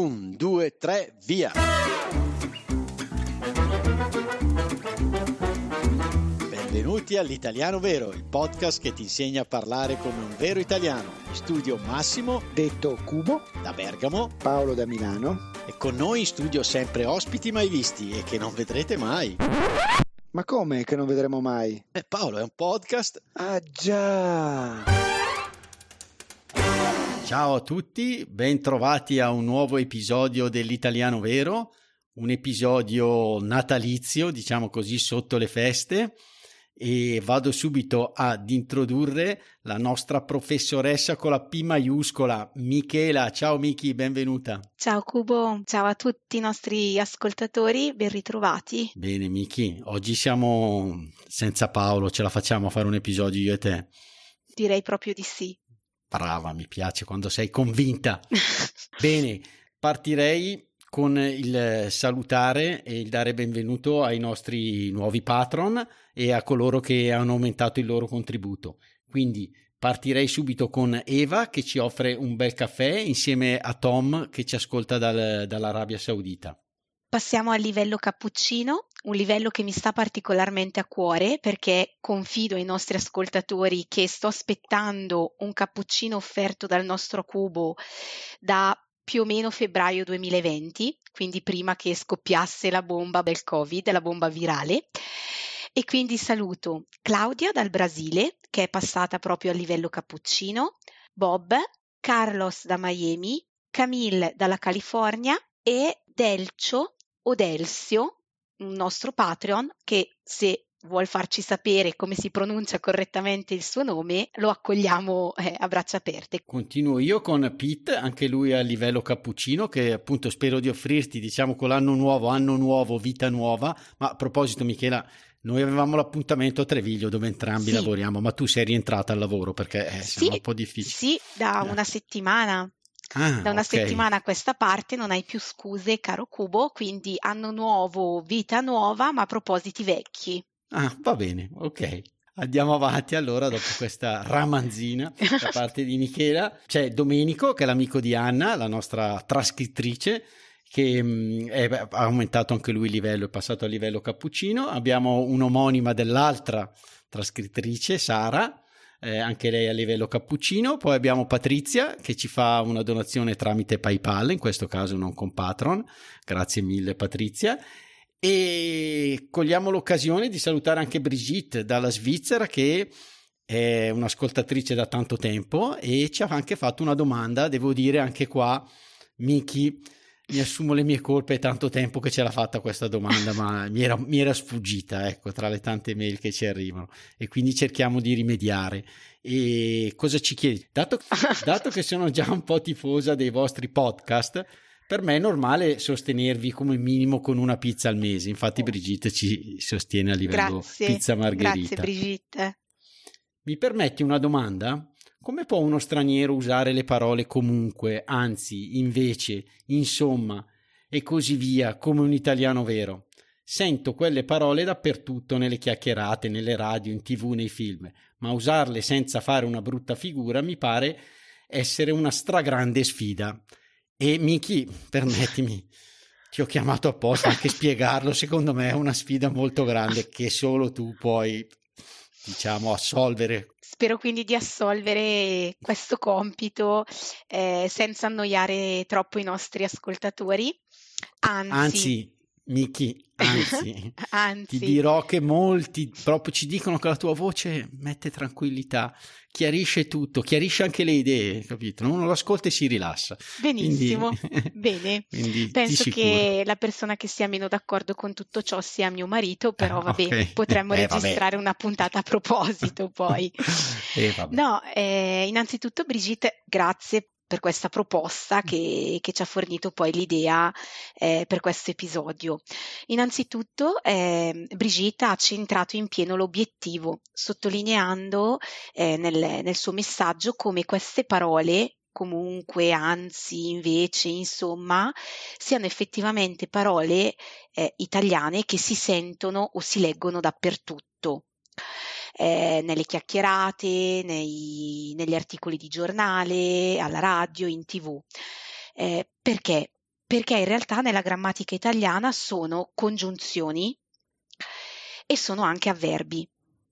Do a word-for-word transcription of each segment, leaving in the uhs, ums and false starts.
Un, due, tre, via! Benvenuti all'Italiano Vero, il podcast che ti insegna a parlare come un vero italiano. In studio Massimo, detto Cubo, da Bergamo, Paolo da Milano. E con noi in studio sempre ospiti mai visti e che non vedrete mai. Ma come che non vedremo mai? Eh, Paolo, è un podcast. Ah già! Ciao a tutti, ben trovati a un nuovo episodio dell'Italiano Vero, un episodio natalizio, diciamo così, sotto le feste, e vado subito ad introdurre la nostra professoressa con la P maiuscola, Michela. Ciao Miki, benvenuta. Ciao Cubo, ciao a tutti i nostri ascoltatori, ben ritrovati. Bene Miki, oggi siamo senza Paolo, ce la facciamo a fare un episodio io e te? Direi proprio di sì. Brava, mi piace quando sei convinta. Bene, partirei con il salutare e il dare benvenuto ai nostri nuovi patron e a coloro che hanno aumentato il loro contributo. Quindi partirei subito con Eva che ci offre un bel caffè insieme a Tom che ci ascolta dal, dall'Arabia Saudita. Passiamo al livello cappuccino, un livello che mi sta particolarmente a cuore perché confido ai nostri ascoltatori che sto aspettando un cappuccino offerto dal nostro Cubo da più o meno febbraio duemilaventi, quindi prima che scoppiasse la bomba del Covid, la bomba virale. E quindi saluto Claudia dal Brasile, che è passata proprio al livello cappuccino, Bob, Carlos da Miami, Camille dalla California e Delcio o Delcio, un nostro Patreon, che se vuol farci sapere come si pronuncia correttamente il suo nome, lo accogliamo eh, a braccia aperte. Continuo io con Pete, anche lui a livello cappuccino, che appunto spero di offrirti, diciamo, con l'anno nuovo, anno nuovo, vita nuova. Ma a proposito, Michela, noi avevamo l'appuntamento a Treviglio dove entrambi sì. lavoriamo, ma tu sei rientrata al lavoro perché è sì, un po' difficile. Sì, da una settimana. Ah, da una okay. settimana a questa parte non hai più scuse, caro Cubo, quindi anno nuovo, vita nuova, ma propositi vecchi. Ah, va bene, ok. Andiamo avanti allora dopo questa ramanzina da parte di Michela. C'è Domenico che è l'amico di Anna, la nostra trascrittrice, che mh, è, ha aumentato anche lui il livello, è passato a livello cappuccino. Abbiamo un'omonima dell'altra trascrittrice, Sara, eh, anche lei a livello cappuccino. Poi abbiamo Patrizia che ci fa una donazione tramite PayPal, in questo caso non con Patreon. Grazie mille Patrizia. E cogliamo l'occasione di salutare anche Brigitte dalla Svizzera, che è un'ascoltatrice da tanto tempo e ci ha anche fatto una domanda. Devo dire anche qua, Miki, mi assumo le mie colpe, è tanto tempo che ce l'ha fatta questa domanda, ma mi era, mi era sfuggita, ecco, tra le tante mail che ci arrivano, e quindi cerchiamo di rimediare. E cosa ci chiedi? Dato, dato che sono già un po' tifosa dei vostri podcast, per me è normale sostenervi come minimo con una pizza al mese. Infatti Brigitte ci sostiene a livello grazie, pizza margherita. Grazie Brigitte. Mi permetti una domanda? Come può uno straniero usare le parole comunque, anzi, invece, insomma e così via come un italiano vero? Sento quelle parole dappertutto, nelle chiacchierate, nelle radio, in tv, nei film, ma usarle senza fare una brutta figura mi pare essere una stragrande sfida. E Miki, permettimi, ti ho chiamato apposta anche spiegarlo, secondo me è una sfida molto grande che solo tu puoi, diciamo, assolvere. Spero quindi di assolvere questo compito eh, senza annoiare troppo i nostri ascoltatori. Anzi, Anzi Miki, anzi, anzi, ti dirò che molti proprio ci dicono che la tua voce mette tranquillità, chiarisce tutto, chiarisce anche le idee, capito? Uno lo ascolta e si rilassa. Benissimo, quindi, bene. quindi Penso che la persona che sia meno d'accordo con tutto ciò sia mio marito, però ah, vabbè, okay. potremmo eh, registrare vabbè. una puntata a proposito poi. eh, vabbè. No, eh, innanzitutto Brigitte, grazie per questa proposta che, che ci ha fornito poi l'idea eh, per questo episodio. Innanzitutto eh, Brigitte ha centrato in pieno l'obiettivo, sottolineando eh, nel, nel suo messaggio come queste parole, comunque, anzi, invece, insomma, siano effettivamente parole eh, italiane che si sentono o si leggono dappertutto. Eh, nelle chiacchierate, nei, negli articoli di giornale, alla radio, in tv. Eh, perché? perché in realtà nella grammatica italiana sono congiunzioni e sono anche avverbi.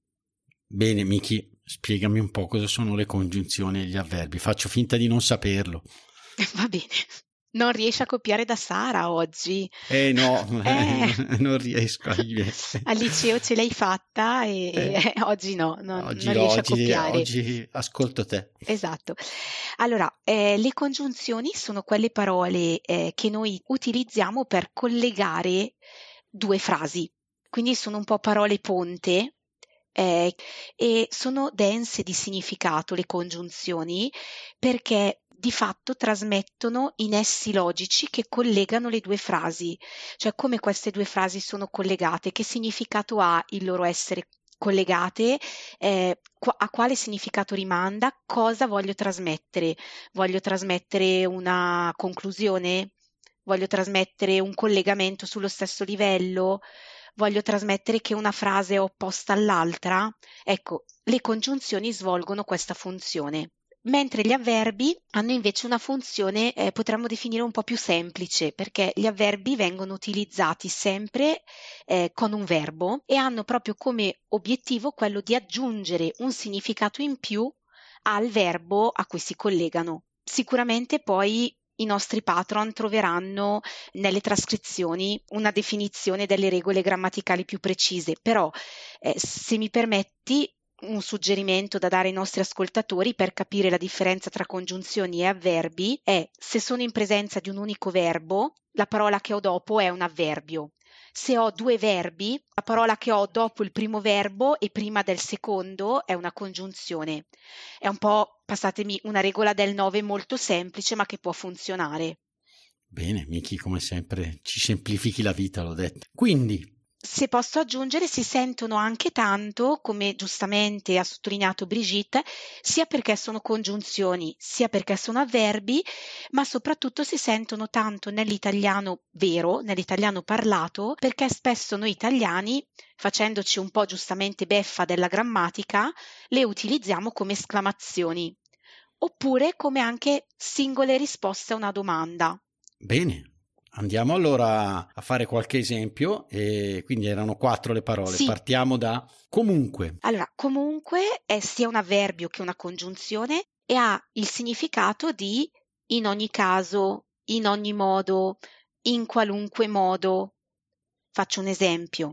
Bene, Miki, spiegami un po' cosa sono le congiunzioni e gli avverbi. Faccio finta di non saperlo. Va bene. Non riesci a copiare da Sara oggi? Eh no, Eh, non riesco. al liceo ce l'hai fatta e Eh, e oggi no, non, oggi, non riesci a oggi, copiare. oggi ascolto te. Esatto. Allora, eh, le congiunzioni sono quelle parole eh, che noi utilizziamo per collegare due frasi. Quindi sono un po' parole ponte eh, e sono dense di significato le congiunzioni perché di fatto trasmettono i nessi logici che collegano le due frasi, cioè come queste due frasi sono collegate, che significato ha il loro essere collegate, eh, qua- a quale significato rimanda, cosa voglio trasmettere. Voglio trasmettere una conclusione? Voglio trasmettere un collegamento sullo stesso livello? Voglio trasmettere che una frase è opposta all'altra? Ecco, le congiunzioni svolgono questa funzione. Mentre gli avverbi hanno invece una funzione, eh, potremmo definire un po' più semplice, perché gli avverbi vengono utilizzati sempre eh, con un verbo e hanno proprio come obiettivo quello di aggiungere un significato in più al verbo a cui si collegano. Sicuramente poi i nostri patron troveranno nelle trascrizioni una definizione delle regole grammaticali più precise, però eh, se mi permetti un suggerimento da dare ai nostri ascoltatori per capire la differenza tra congiunzioni e avverbi è: se sono in presenza di un unico verbo, la parola che ho dopo è un avverbio. Se ho due verbi, la parola che ho dopo il primo verbo e prima del secondo è una congiunzione. È un po', passatemi, una regola del nove molto semplice, ma che può funzionare. Bene, Miki, come sempre, ci semplifichi la vita, l'ho detto. Quindi, Se posso aggiungere, si sentono anche tanto, come giustamente ha sottolineato Brigitte, sia perché sono congiunzioni, sia perché sono avverbi, ma soprattutto si sentono tanto nell'italiano vero, nell'italiano parlato, perché spesso noi italiani, facendoci un po' giustamente beffa della grammatica, le utilizziamo come esclamazioni, oppure come anche singole risposte a una domanda. bene. Andiamo allora a fare qualche esempio, e quindi erano quattro le parole. Sì. Partiamo da comunque. Allora, comunque è sia un avverbio che una congiunzione e ha il significato di in ogni caso, in ogni modo, in qualunque modo. Faccio un esempio.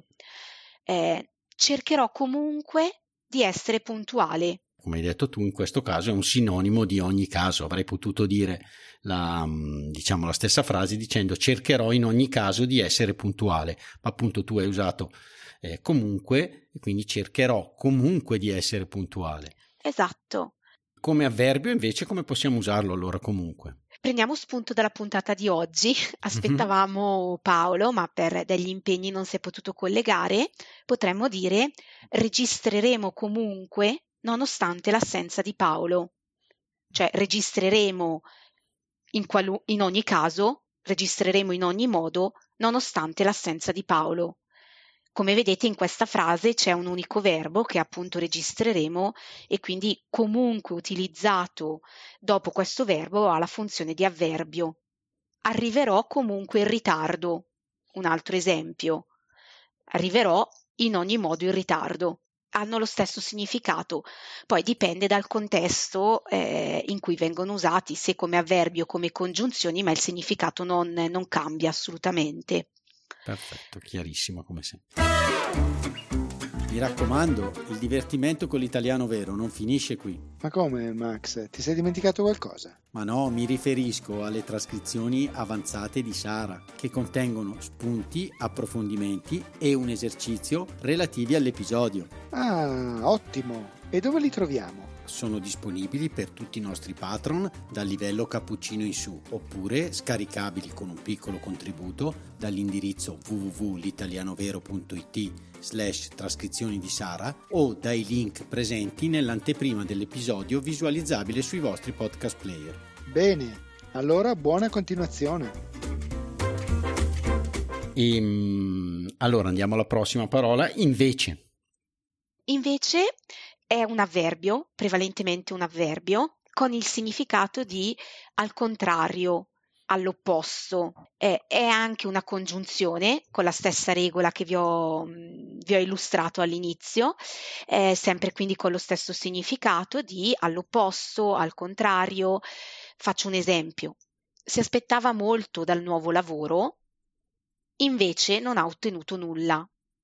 Eh, cercherò comunque di essere puntuale. Come hai detto tu, in questo caso è un sinonimo di ogni caso. Avrei potuto dire la, diciamo, la stessa frase dicendo cercherò in ogni caso di essere puntuale, ma appunto tu hai usato eh, comunque, e quindi cercherò comunque di essere puntuale. Esatto. Come avverbio invece come possiamo usarlo allora comunque? Prendiamo spunto dalla puntata di oggi. Aspettavamo Paolo, ma per degli impegni non si è potuto collegare. Potremmo dire registreremo comunque nonostante l'assenza di Paolo. Cioè registreremo in, qualu- in ogni caso, registreremo in ogni modo nonostante l'assenza di Paolo. Come vedete in questa frase c'è un unico verbo che è appunto registreremo e quindi comunque utilizzato dopo questo verbo ha la funzione di avverbio. Arriverò comunque in ritardo. Un altro esempio. Arriverò in ogni modo in ritardo. Hanno lo stesso significato, poi dipende dal contesto eh, in cui vengono usati, se come avverbio o come congiunzioni, ma il significato non, non cambia assolutamente. Perfetto, chiarissimo come sempre. Mi raccomando, il divertimento con l'italiano vero non finisce qui. Ma come, Max? Ti sei dimenticato qualcosa? Ma no, mi riferisco alle trascrizioni avanzate di Sara, che contengono spunti, approfondimenti e un esercizio relativi all'episodio. Ah, ottimo! E dove li troviamo? Sono disponibili per tutti i nostri patron dal livello cappuccino in su, oppure scaricabili con un piccolo contributo dall'indirizzo w w w punto l'italianovero punto i t slash trascrizioni di Sara o dai link presenti nell'anteprima dell'episodio visualizzabile sui vostri podcast player. Bene, allora buona continuazione. E, allora andiamo alla prossima parola, invece. Invece è un avverbio, prevalentemente un avverbio, con il significato di al contrario, all'opposto, eh, è anche una congiunzione con la stessa regola che vi ho, vi ho illustrato all'inizio, eh, sempre quindi con lo stesso significato di all'opposto, al contrario. Faccio un esempio: si aspettava molto dal nuovo lavoro, invece non ha ottenuto nulla.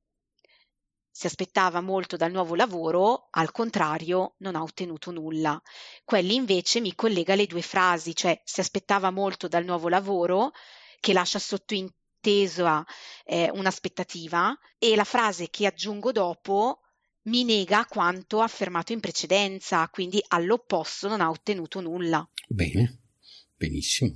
Si aspettava molto dal nuovo lavoro, al contrario, non ha ottenuto nulla. Quelli invece mi collega le due frasi, cioè si aspettava molto dal nuovo lavoro, che lascia sottintesa eh, un'aspettativa, e la frase che aggiungo dopo mi nega quanto affermato in precedenza, quindi all'opposto non ha ottenuto nulla. Bene, benissimo.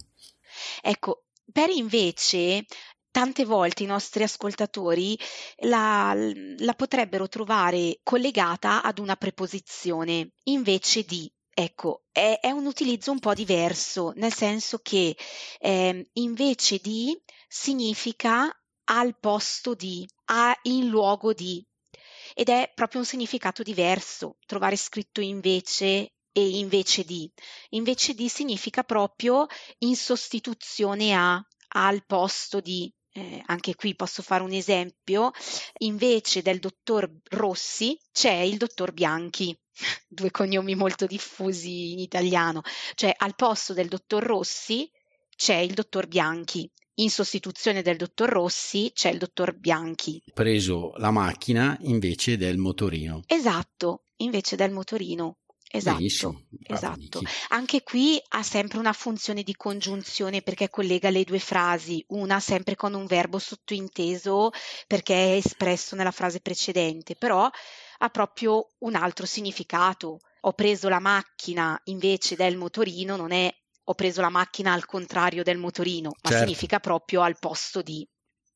Ecco, per invece tante volte i nostri ascoltatori la, la potrebbero trovare collegata ad una preposizione invece di. Ecco, è, è un utilizzo un po' diverso, nel senso che eh, invece di significa al posto di, a, in luogo di, ed è proprio un significato diverso trovare scritto invece e invece di. Invece di significa proprio in sostituzione a, al posto di. Eh, anche qui posso fare un esempio: invece del dottor Rossi c'è il dottor Bianchi, due cognomi molto diffusi in italiano, cioè al posto del dottor Rossi c'è il dottor Bianchi, in sostituzione del dottor Rossi c'è il dottor Bianchi. Preso la macchina invece del motorino. Esatto, invece del motorino. Esatto, Benissimo. esatto. Anche qui ha sempre una funzione di congiunzione perché collega le due frasi, una sempre con un verbo sottointeso perché è espresso nella frase precedente, però ha proprio un altro significato. Ho preso la macchina invece del motorino, non è ho preso la macchina al contrario del motorino, ma certo. Significa proprio al posto di.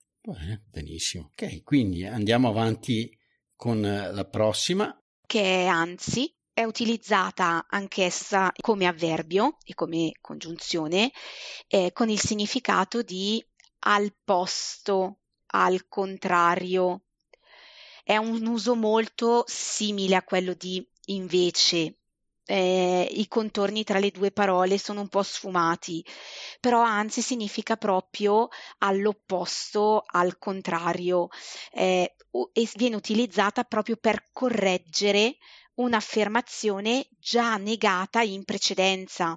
Eh, benissimo. Ok, quindi andiamo avanti con la prossima. Che è anzi. È utilizzata anch'essa come avverbio e come congiunzione eh, con il significato di al posto, al contrario. È un uso molto simile a quello di invece. Eh, i contorni tra le due parole sono un po' sfumati, però anzi significa proprio all'opposto, al contrario, eh, e viene utilizzata proprio per correggere un'affermazione già negata in precedenza.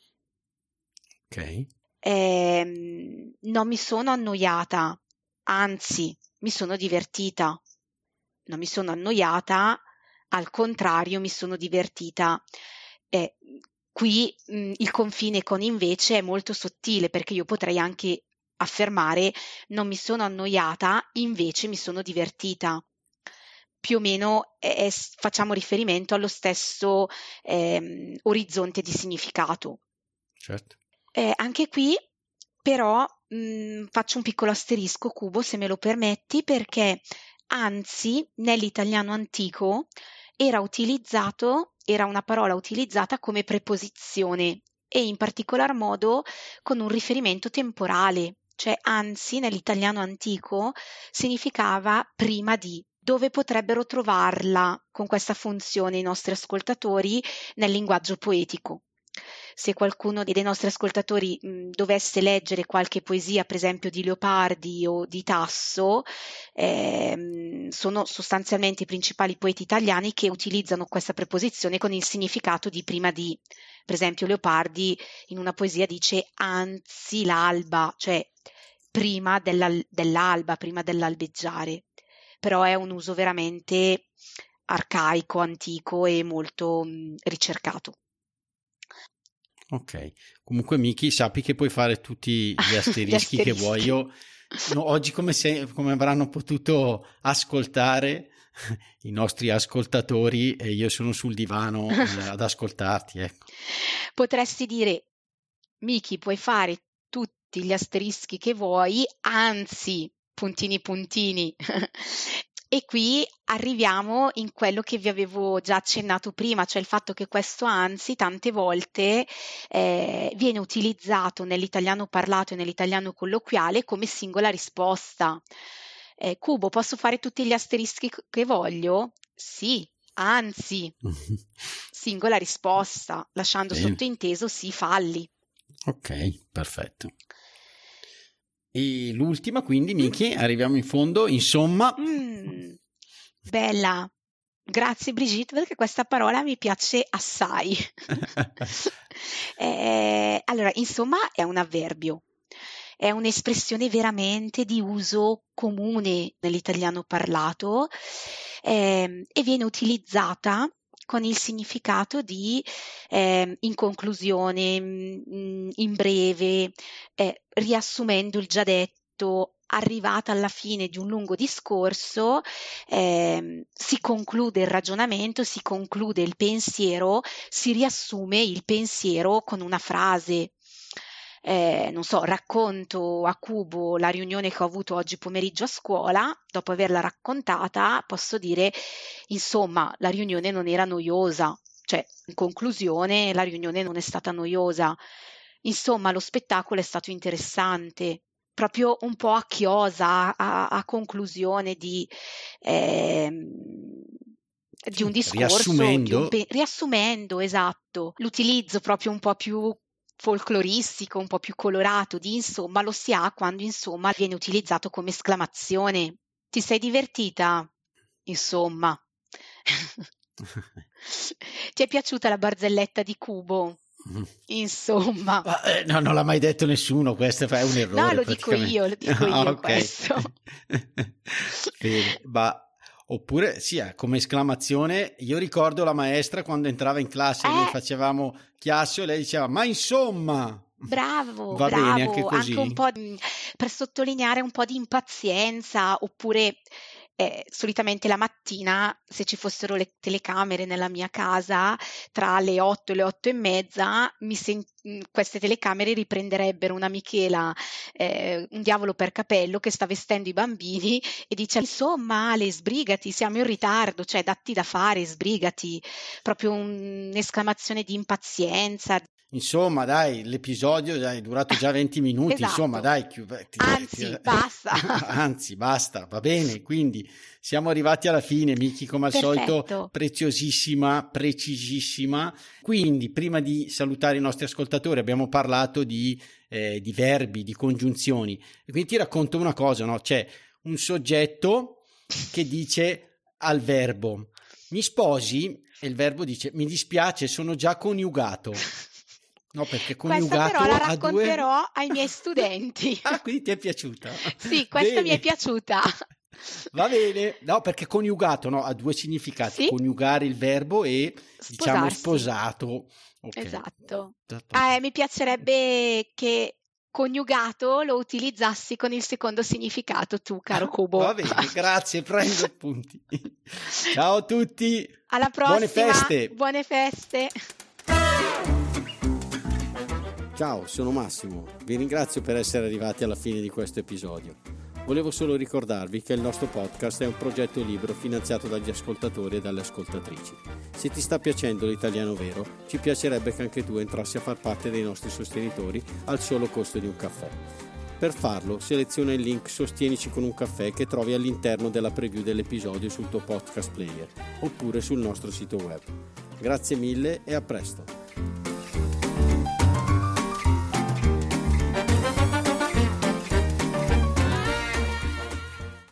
Ok. Eh, non mi sono annoiata, anzi mi sono divertita. Non mi sono annoiata, al contrario mi sono divertita. Eh, qui mh, il confine con invece è molto sottile perché io potrei anche affermare non mi sono annoiata, invece mi sono divertita. Più o meno è, facciamo riferimento allo stesso ehm, orizzonte di significato. Certo. Eh, anche qui però mh, faccio un piccolo asterisco, Cubo, se me lo permetti, perché anzi nell'italiano antico era utilizzato, era una parola utilizzata come preposizione e in particolar modo con un riferimento temporale, cioè anzi nell'italiano antico significava prima di. Dove potrebbero trovarla con questa funzione i nostri ascoltatori? Nel linguaggio poetico. Se qualcuno dei nostri ascoltatori mh, dovesse leggere qualche poesia, per esempio di Leopardi o di Tasso, ehm, sono sostanzialmente i principali poeti italiani che utilizzano questa preposizione con il significato di prima di. Per esempio Leopardi in una poesia dice anzi l'alba, cioè prima della, dell'alba, prima dell'albeggiare. Però è un uso veramente arcaico, antico e molto mh, ricercato. Ok, comunque Miki, sappi che puoi fare tutti gli asterischi, gli asterischi. che vuoi. Io, no, oggi come, se, come avranno potuto ascoltare i nostri ascoltatori, e io sono sul divano eh, ad ascoltarti. Ecco. Potresti dire, Miki, puoi fare tutti gli asterischi che vuoi, anzi, puntini puntini. E qui arriviamo in quello che vi avevo già accennato prima, cioè il fatto che questo anzi tante volte eh, viene utilizzato nell'italiano parlato e nell'italiano colloquiale come singola risposta. Eh, Cubo, posso fare tutti gli asterischi che voglio? Sì, anzi, singola risposta, lasciando Bene. sottointeso sì, falli. Ok, perfetto. E l'ultima, quindi, Miki, arriviamo in fondo, insomma. Mm, bella. Grazie Brigitte, perché questa parola mi piace assai. eh, allora, insomma, è un avverbio. È un'espressione veramente di uso comune nell'italiano parlato eh, e viene utilizzata con il significato di eh, in conclusione, mh, in breve, eh, riassumendo il già detto, arrivata alla fine di un lungo discorso, eh, si conclude il ragionamento, si conclude il pensiero, si riassume il pensiero con una frase. Eh, non so, racconto a Cubo la riunione che ho avuto oggi pomeriggio a scuola, dopo averla raccontata posso dire, insomma, la riunione non era noiosa, cioè in conclusione la riunione non è stata noiosa, insomma lo spettacolo è stato interessante, proprio un po' a chiosa, a, a conclusione di... Eh, di un discorso, riassumendo. Di un pe- riassumendo, esatto, l'utilizzo proprio un po' più folcloristico, un po' più colorato di insomma lo si ha quando insomma viene utilizzato come esclamazione. Ti sei divertita? Insomma. Ti è piaciuta la barzelletta di Cubo? Insomma. Ma, eh, no, non l'ha mai detto nessuno, questo è un errore. No, lo dico io, lo dico io ah, okay. questo. Bene, ma oppure sì, come esclamazione, io ricordo la maestra quando entrava in classe e eh. noi facevamo chiasso e lei diceva ma insomma. Bravo, va bravo, bene anche così, anche un po' di, per sottolineare un po' di impazienza, oppure eh, solitamente la mattina, se ci fossero le telecamere nella mia casa, tra le otto e le otto e mezza, mi sen- queste telecamere riprenderebbero una Michela, eh, un diavolo per capello, che sta vestendo i bambini e dice insomma Ale, sbrigati, siamo in ritardo, cioè datti da fare, sbrigati, proprio un'esclamazione di impazienza. Insomma, dai, l'episodio è durato già venti minuti, esatto. Insomma, dai. Chi... Anzi, basta. Anzi, basta, va bene. Quindi siamo arrivati alla fine, Miki, come al Perfetto. solito, preziosissima, precisissima. Quindi, prima di salutare i nostri ascoltatori, abbiamo parlato di, eh, di verbi, di congiunzioni. E quindi ti racconto una cosa, no? C'è un soggetto che dice al verbo, mi sposi? E il verbo dice, mi dispiace, sono già coniugato. No, perché coniugato. Questa però la a racconterò due... ai miei studenti. Ah, quindi ti è piaciuta? Sì, questa bene. Mi è piaciuta. Va bene. No, perché coniugato, no, ha due significati. Sì? Coniugare il verbo e, Sposarsi. diciamo, sposato. Okay. Esatto. Ah, eh, mi piacerebbe che coniugato lo utilizzassi con il secondo significato tu, caro Cubo. Va bene, grazie, prendo appunti. Ciao a tutti. Alla prossima. Buone feste. Buone feste. Ciao, sono Massimo, vi ringrazio per essere arrivati alla fine di questo episodio. Volevo solo ricordarvi che il nostro podcast è un progetto libero finanziato dagli ascoltatori e dalle ascoltatrici. Se ti sta piacendo l'italiano vero, ci piacerebbe che anche tu entrassi a far parte dei nostri sostenitori al solo costo di un caffè. Per farlo, seleziona il link Sostienici con un caffè che trovi all'interno della preview dell'episodio sul tuo podcast player oppure sul nostro sito web. Grazie mille e a presto!